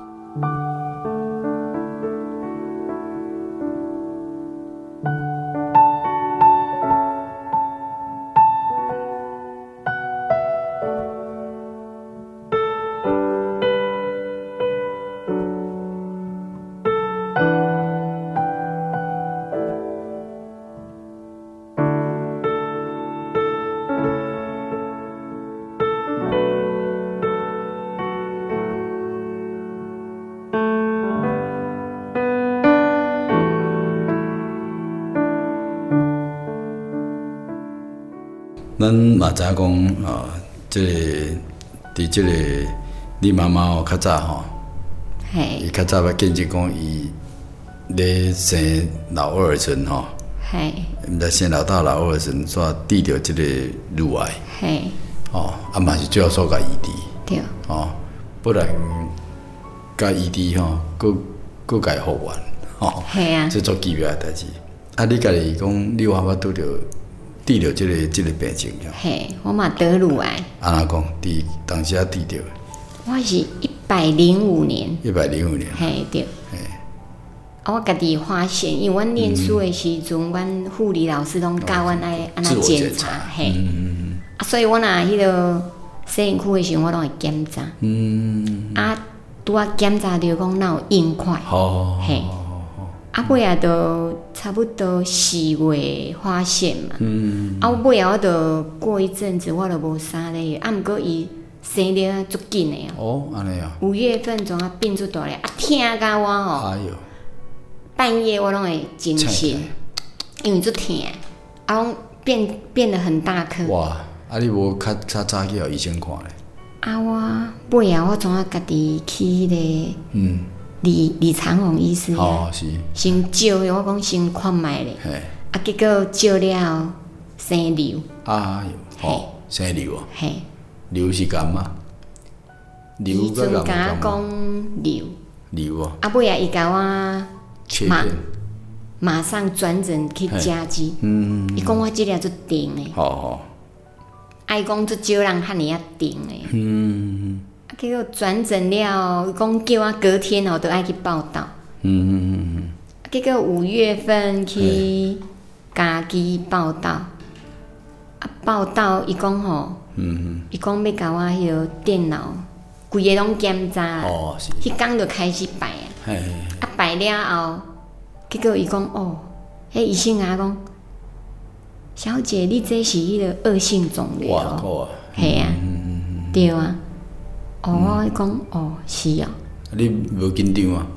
S2: 咱嘛知影讲啊，即、這个伫即个你妈妈哦，较早吼，伊较早要见证讲伊咧生老二时吼，毋知生老大老二时煞得着即个乳癌，哦，啊嘛是最后所甲移植，对，哦，不然甲移植吼，佫佫甲伊复原，吼，这做奇妙诶代志。啊，你家己讲，你有法法拄着？得了这个这个病情呀？
S3: 嘿，我嘛得乳癌。
S2: 安怎讲？伫当时啊得着。
S3: 我是一百零五年。
S2: 一百零五年。
S3: 嘿对。嘿。啊，我家己发现，因为阮念书的时阵，阮护理老师拢教阮爱安怎检查，嘿。嗯嗯嗯。啊，所以我若迄个洗身躯的时候，我拢会检查。嗯。啊，拄啊检查着讲哪有硬块。哦。嘿。啊，尾啊，就差不多四月发现嘛。嗯。啊，尾啊，我就过一阵子，我就无啥咧。啊，毋过伊生得足紧的
S2: 哦。哦，安尼啊。
S3: 五月份总啊变出大咧，啊，疼甲我吼。哎呦。半夜我拢会惊醒，因为足疼，啊，拢变变得很大颗。
S2: 哇！啊，你无较较早去互医生看咧？
S3: 啊，我尾啊，我总啊家己去迄个。嗯。李李长宏医师啊，先照的，我讲先看卖咧，啊，结果照了生瘤。
S2: 啊哟，哦，生瘤啊，嘿，瘤是干嘛？
S3: 瘤个干嘛？伊甲我讲瘤，
S2: 瘤啊，
S3: 啊尾啊，伊甲我马马上转诊去家机，嗯，伊讲我这个足定诶，好好，啊伊讲足少人遐尼啊定诶，嗯。啊，结果转诊了，讲叫我隔天哦，都爱去报道。嗯嗯嗯嗯。结果五月份去家己报道，啊报道伊讲吼，嗯嗯，伊讲要甲我迄个电脑，规个拢检查啦。哦，是。迄天就开始排啊。嘿。啊排了后，结果伊讲哦，迄医生啊讲，小姐，你这是迄个恶性肿瘤。哇靠啊！系啊，对啊。哦，我讲哦，是啊。
S2: 你无紧张啊？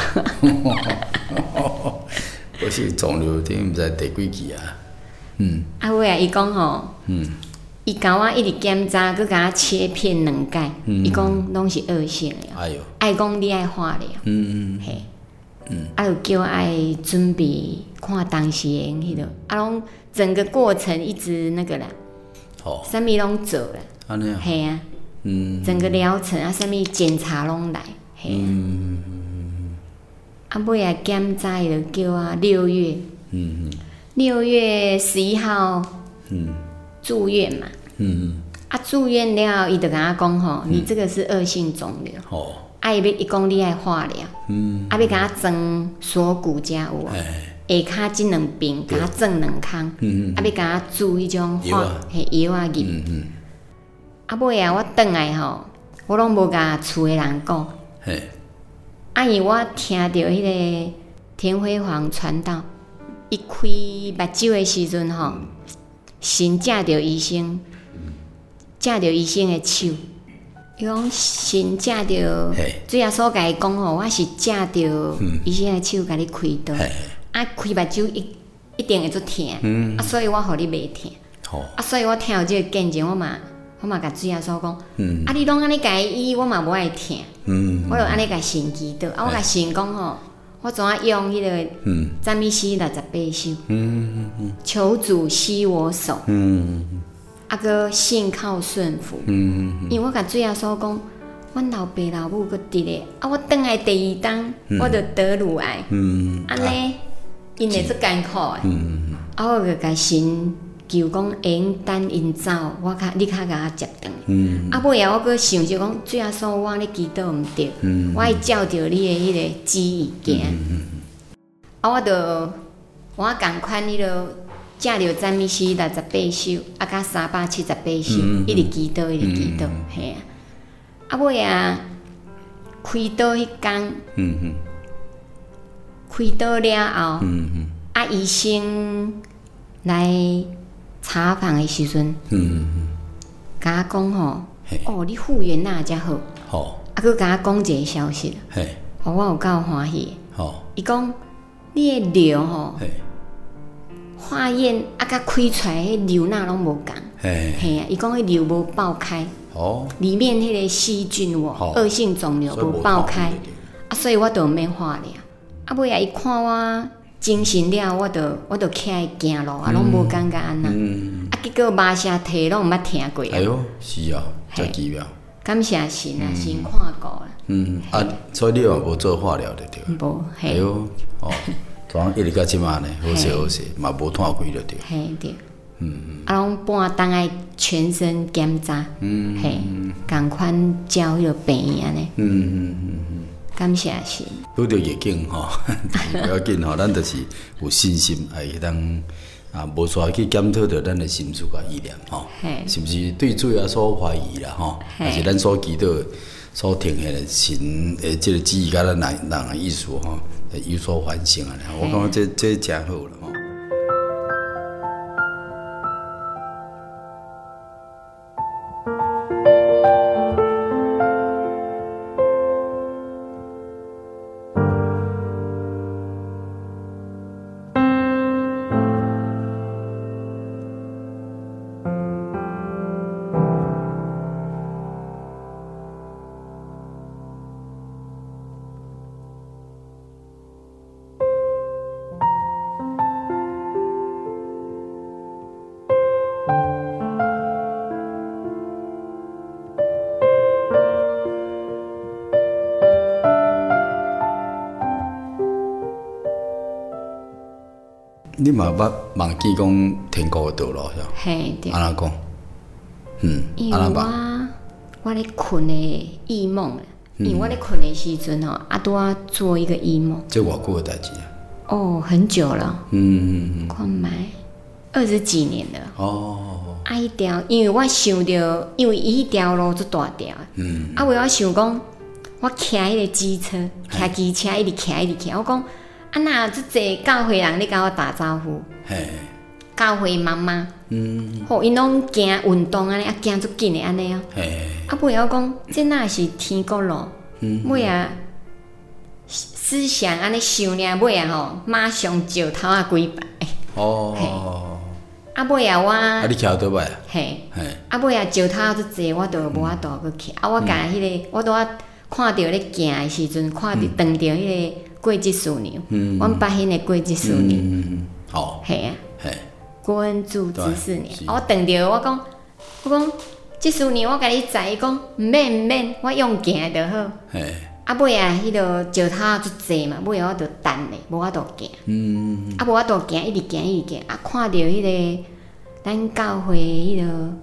S2: 我是肿瘤，顶毋知第几期啊？嗯。
S3: 啊，尾啊，伊讲吼，嗯，伊甲我一直检查，佮甲我切片两解，伊讲拢是恶性的。哎哟。爱讲你爱化疗。嗯嗯。嘿。嗯。啊，就叫我爱准备看当时的迄个，啊，拢整个过程一直那个啦。哦。啥物拢做啦。安尼啊。嘿啊。嗯，整个疗程啊，啥物检查拢来，嘿、啊。嗯。啊，尾啊检查就叫我六月。嗯六月十一号。嗯。住院嘛。嗯嗯。 啊，住院了后，伊就甲我讲吼，你这个是恶性肿瘤。
S2: 哦。
S3: 啊，伊要伊讲你爱化疗。嗯。啊，要甲我装锁骨架有啊。下骹即两边，甲我装两空。嗯嗯。啊，要甲我注迄种化嘿药啊入。嗯嗯。啊，尾啊，我转来吼，我拢无甲厝诶人讲。嘿。啊，因为我听到迄个田辉煌传道，伊开目睭诶时阵吼，先借着医生。借着医生的手，伊讲先借着，主耶稣甲伊讲吼，我是借着医生的手甲你开刀，啊开目睭一一定会足疼，嗯、啊所以我互你袂疼，哦、啊所以我听到即个见证，我嘛我嘛甲主耶稣讲，嗯、啊你拢安尼甲伊医，我嘛无爱疼，嗯、我就安尼甲神祈祷，啊我甲神讲吼，我怎啊用迄、那个赞美诗六十八首，嗯嗯、求主息我手。嗯啊，搁信靠顺服，嗯嗯、因为我甲主耶稣讲，阮老爸老母搁伫咧，啊，我倒来第二冬，嗯、我就得乳癌，安尼因会足艰苦诶，嗯、啊，我就甲神求讲，会用等因走，我较你较甲我接转，嗯、啊，尾啊，我搁想就讲，主耶稣，我咧祈祷毋对，嗯、我爱照着你诶迄个旨意行，嗯、啊，我就我共款迄个。借着赞美诗六十八首，啊，甲三百七十八首，嗯、一直祈祷，一直祈祷，嘿、嗯、啊！啊尾啊，开刀迄天，嗯嗯、开刀了后，嗯嗯、啊医生来查房的时阵，甲、嗯、我讲吼，哦，你复原哪才好，哦、啊，佮甲我讲一个消息，哦，我有够欢喜，伊讲、哦、你的瘤吼。化验啊，甲开出来迄瘤哪拢无共，嘿啊！伊讲迄瘤无爆开，哦，里面迄个细菌有恶性肿瘤无爆开，啊，所以我就免化疗。啊，尾啊，伊看我精神了，我就我就起来行路啊，拢无感觉安那。啊，结果麻射体拢毋捌听过。
S2: 哎呦，是啊，真奇妙。
S3: 感谢神啊，神看过啦。
S2: 嗯啊，所以你嘛无做化疗的对。
S3: 无，
S2: 哎呦，哦。从一直到即马呢，好势好势，嘛无断开就对。
S3: 嘿对，嗯嗯，啊，拢半当爱全身检查，嗯嘿，共款照迄个病安尼，嗯嗯嗯嗯，感谢神。
S2: 拄着疫情吼，不要紧吼，咱就是有信心，会当啊，无煞去检讨着咱的心思甲意念吼，是毋是对主耶稣怀疑啦吼，还是咱所祈祷、所听下的神诶，即个旨意甲咱人人的意思吼。有所反省啊！我感觉这这真好了吼。你嘛捌忘记讲天国的道路是吧？
S3: 嘿，对。
S2: 安怎讲？嗯，
S3: 因为我我咧困的异梦，因为我咧困的时阵吼，啊拄啊做一个异梦。
S2: 这偌久的代志啊？
S3: 哦，很久了。嗯嗯嗯。看卖二十几年了。哦。啊，迄条，因为我想着，因为伊迄条路足大条。嗯。啊，为我想讲，我骑迄个机车，骑机车一直骑一直骑，我讲。啊，那这济教会人咧甲我打招呼，教会妈妈，嗯，好，因拢行运动安尼，啊，行足紧的安尼哦。啊，尾我讲，这哪是天国路？尾啊，思想安尼想呢，尾啊吼，马上石头啊几摆。哦。啊，尾啊我。
S2: 啊，你骑倒摆啊？
S3: 嘿。啊，尾啊石头足济，我就无法度去骑。啊，我甲迄个，我拄啊看到咧行的时阵，看到撞到迄个。过节枢纽，嗯，阮八兴的过节枢纽，嗯，哦，系啊，系，郭恩柱指四年，我撞着我讲，我讲，即枢纽我甲你载，伊讲毋免毋免，我用行就好，嘿，啊尾啊，迄个石头足济嘛，尾啊我着等咧，无法度行，嗯，啊无法度行，一直行一直行，啊看到迄个咱教会迄个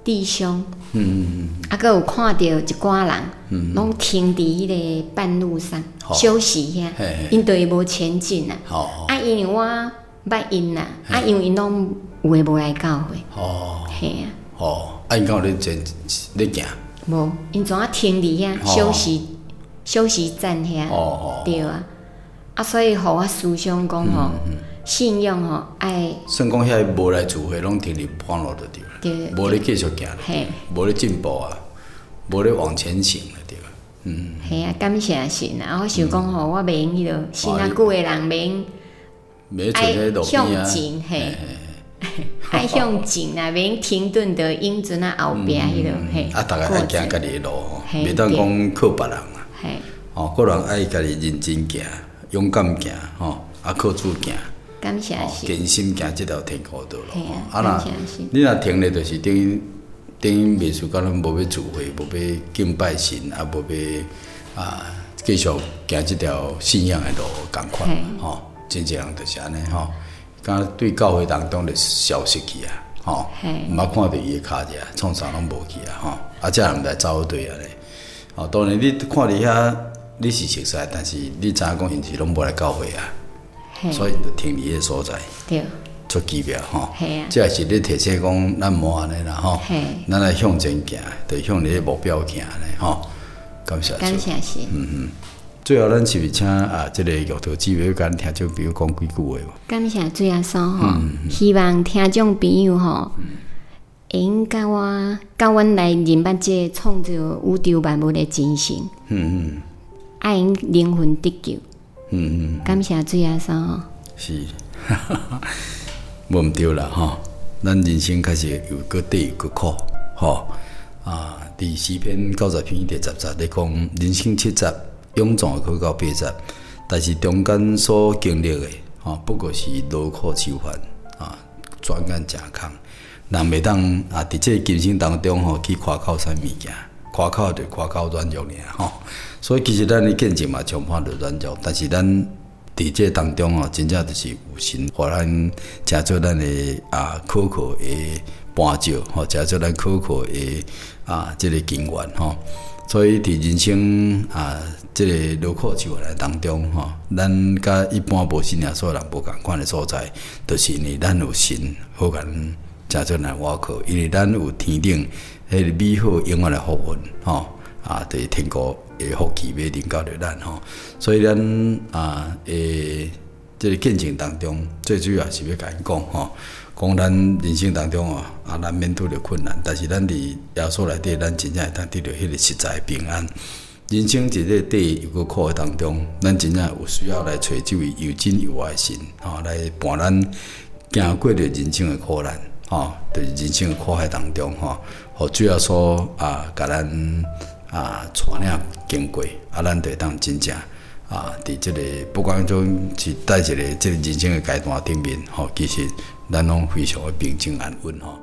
S3: 弟兄，
S2: 嗯嗯嗯，
S3: 啊，佮有看到一寡人，拢、嗯、停伫迄个半路上、哦、休息遐，因对无前进啦。哦、啊，因为我捌因啦，啊，因为因拢有诶无来教会。哦，嘿啊。
S2: 哦，啊，因敢有咧前咧行？
S3: 无，因怎啊停伫遐、哦、休息休息站遐。哦哦。对啊，啊，所以互我思想讲吼。嗯嗯信用吼爱，
S2: 算讲遐无来聚会，拢停伫半路就对了，对，无咧继续行，无咧进步啊，无咧往前行了，对吧？嗯，
S3: 系啊，感谢神啊！我想讲吼，我免迄落信啊久诶人免爱向前，嘿，爱向前啊，免停顿着永存啊后壁迄落，嘿，
S2: 啊，大家爱行家己诶路吼，袂当讲靠别人啊，嘿，哦，个人爱家己认真行，勇敢行，吼，啊，靠主行。
S3: 感谢神，
S2: 坚心行这条天国道路。啊那，你若停咧，就是等于等于袂输，讲咱无要聚会，无要敬拜神，啊，无要啊继续行这条信仰的路，共款吼。真侪人就是安尼吼，敢对教会当中就消失去啊，吼，毋捌看到伊的脚迹，创啥拢无去啊，吼。啊，这人来走对啊咧。哦，当然你看伫遐你是熟悉，但是你知影讲因是拢无来教会啊。所以就停伫个所在，对，做指标吼。係啊，即係是你提醒講，咱無安尼啦吼。係，咱來向前行，就向你個目標行咧吼。感謝。
S3: 感謝神。
S2: 嗯嗯。最後，咱是毋請啊，即、這個玉桃姊妹甲聽眾朋友講幾句話無？
S3: 感謝主耶穌吼，希望聽眾朋友吼，會用甲我甲阮來認捌這創造宇宙萬物的真神。嗯嗯。愛因靈魂得救。嗯嗯，感謝主耶穌吼。
S2: 是，無毋對啦吼。咱人生開始有個得有個苦吼。啊，佇詩篇九十篇第十節咧講，人生七十，勇壯可到八十，但是中間所經歷的吼，不過是勞苦愁煩啊，轉眼成空。人袂當啊，佇這今生當中吼去誇口啥物件。誇口就誇口軟弱爾吼，所以其實咱的見證嘛，充滿着軟弱，但是咱佇這當中吼，真正就是有神，互咱成做咱的啊可靠的伴照，吼，成做咱可靠的啊這個經驗吼。所以佇人生啊，這個勞苦愁煩當中吼，咱甲一般無信仰所有人無共款的所在，就是因為咱有神，好甲咱成做咱倚靠，因為咱有天頂。迄個美好永遠的福分，吼啊，對天國的福氣要臨到着咱吼，所以咱啊誒，這個見證當中，最主要是要甲因講吼，講咱人生當中哦，啊難免拄着困難，但是咱佇耶穌內底，咱真正會當得到迄個實在的平安。人生一個得有個苦的當中，咱真正有需要來找這位又真又愛的神，吼來伴咱行過着人生的苦難。吼，就是人生的苦海當中，吼，互主要所啊，甲咱啊帶領經過，啊，咱就會當真正啊，佇即個不管種是在一個即個人生的階段頂面，吼，其實咱攏非常的平靜安穩，吼。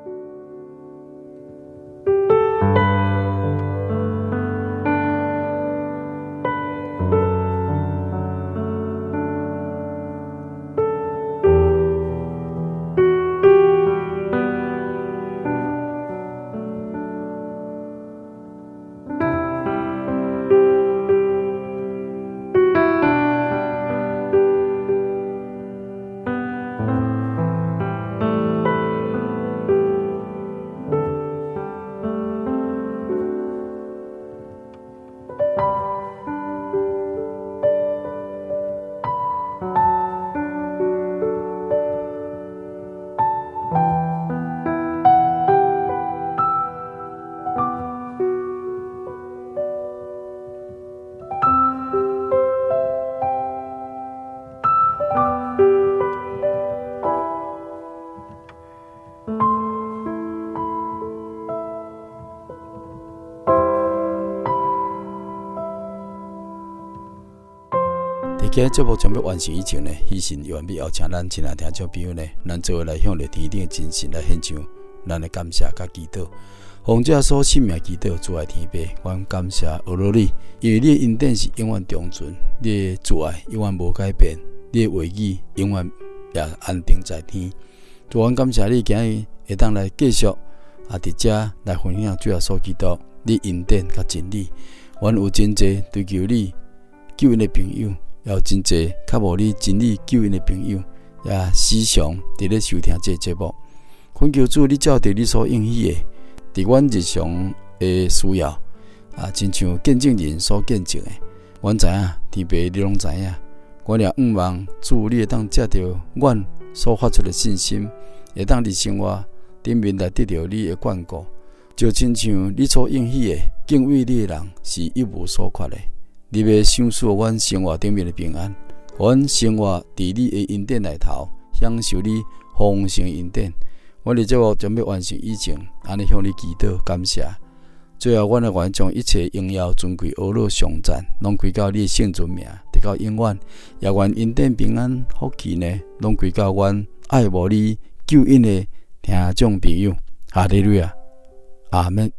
S2: 今日节目准备完成以前呢，希神愿必邀请咱亲爱听众朋友呢，咱做来向着天顶的真神来献上咱的感谢甲祈祷。奉这所信命祈祷，主爱天父，阮感谢俄罗你，因为你的恩典是永远长存，你的主爱永远无改变，你的话语永远也安定在天。主，阮感谢你，今日会当来继续啊，伫遮来分享主要所基督你恩典甲真理。阮有真济追求你救恩的朋友，也有真济较无你真理救恩的朋友，也时常伫咧收听这个节目。恳求主，你照着你所应许的，伫阮日常的需要啊，亲像见证人所见证的，阮知影天父你拢知影。阮也仰望主，你会当借着阮所发出的信心，会当伫生活顶面来得到你的眷顾，就亲像你所应许的，敬畏你的人是一无所缺的。你要享受阮生活顶面的平安，阮生活伫你的恩典内头，享受你丰盛的恩典。阮伫节目将要完成以前，安尼向你祈祷感谢。最后，阮的愿将一切荣耀、尊贵、阿乐、颂赞，拢归到你的圣尊名，直到永远。也愿恩典、平安、福气呢，拢归到阮爱慕你救恩的听众朋友。哈利路亚，阿门。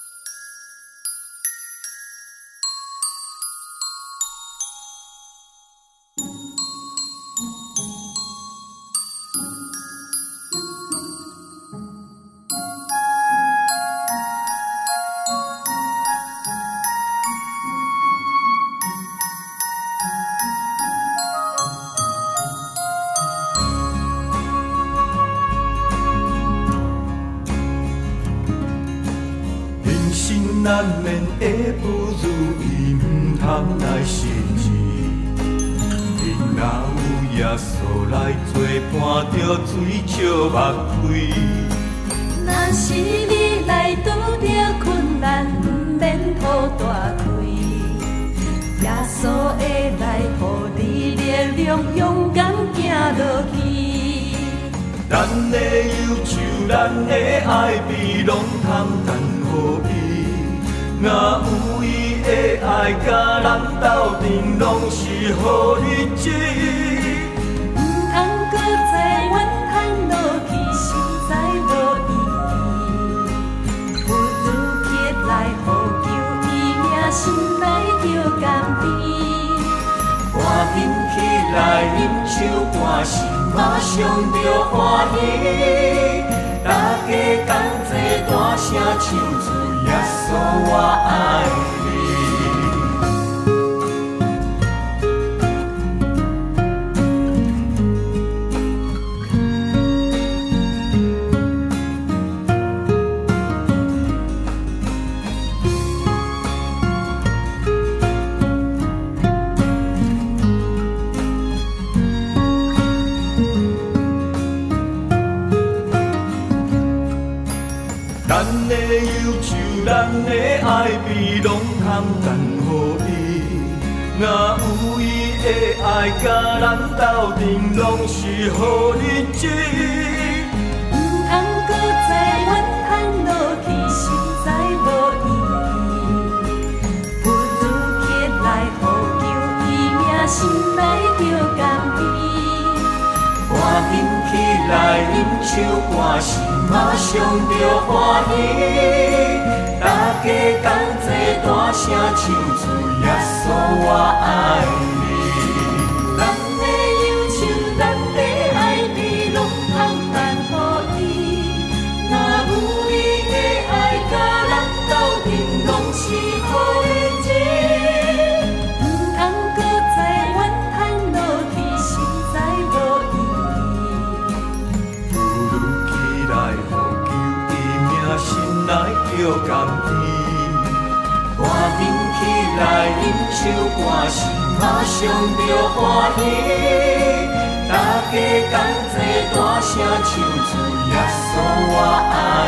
S4: 难免会不如意，唔通来失志。因若有耶稣来作伴，着水笑目开。
S5: 若是你来拄着困难，唔免抱大开。耶稣会来，予你力量，勇敢行落去。
S4: 咱的忧愁，咱的爱悲，拢通等予伊。若有伊的爱，甲人斗阵，拢是好日子。
S5: 唔通搁再怨叹落去，实在无意义。不如起来呼求伊名，心内着甘甜。赶紧起来饮酒歌诗，马上着欢喜。大家同齐大声唱出。耶稣，我爱你。咱的忧愁，咱的爱悲，拢通等予伊。若有伊的爱，甲人斗阵，拢是好日子。唔通搁再怨叹落去，实在无意义。不如起来呼求伊名，心内着甘甜。赶紧起来饮酒歌诗，马上着欢喜。大家同齐大声唱出耶稣，我爱你。咱的忧愁，咱的爱悲，拢通等予伊。若有伊的爱，甲人斗阵，拢是好日子。唔通搁再怨叹落去，实在无意义。
S4: 不如起来呼求伊名，心内着甘甜。赶紧起来饮酒歌诗，马上着欢喜。大家同齐大声唱出耶稣，我爱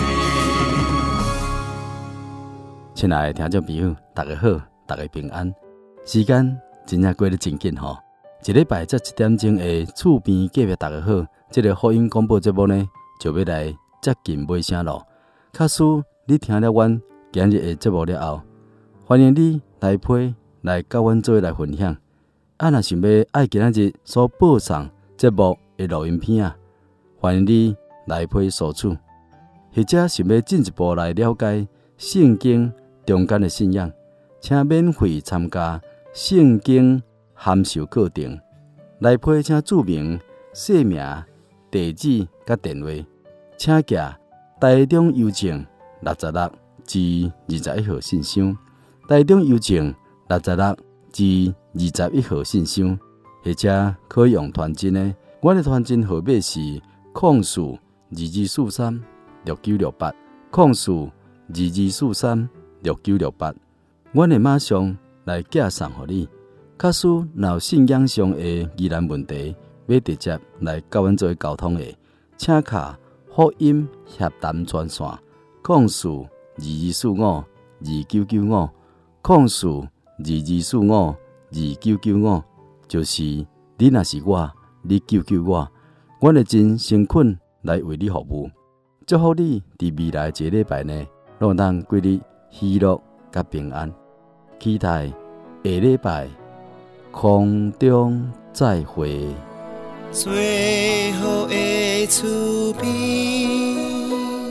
S4: 你。
S2: 亲爱的听众朋友，大家好，大家平安。时间真正过得真紧吼，一礼拜才一点钟的厝边隔壁大家好，这个福音广播节目呢，就要来接近尾声咯。假使你听了阮今日的节目了后，欢迎你来批来甲阮做来分享。啊，若想要爱今日所播送节目的录音片啊，欢迎你来批索取。或者想要进一步来了解圣经中间的信仰，请免费参加圣经函授课程。来批请注明姓名、地址甲电话，请寄台中邮政六十六至二十一号信箱，台中邮政六十六至二十一号信箱，或者可以用传真的。我的传真号码是零四二二四三六九六八，零四二二四三六九六八。我会马上来寄送给你。假使若有信仰上的疑难问题，要直接来甲阮做沟通的，请卡福音协谈专线零四二二四五二九九五，零四二二四五二九九五，就是你若是我，你救救我，我会真诚恳来为你服务。祝福你伫未来一个礼拜内，拢能过日喜乐甲平安。期待下礼拜空中再会。
S1: 最后的厝边，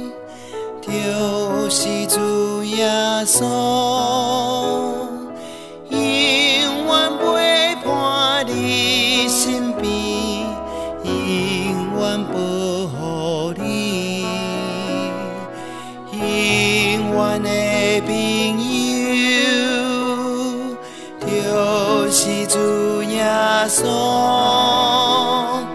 S1: 就是主耶稣，永远陪伴你身边，永远保护你，永远的朋友，就是主耶稣。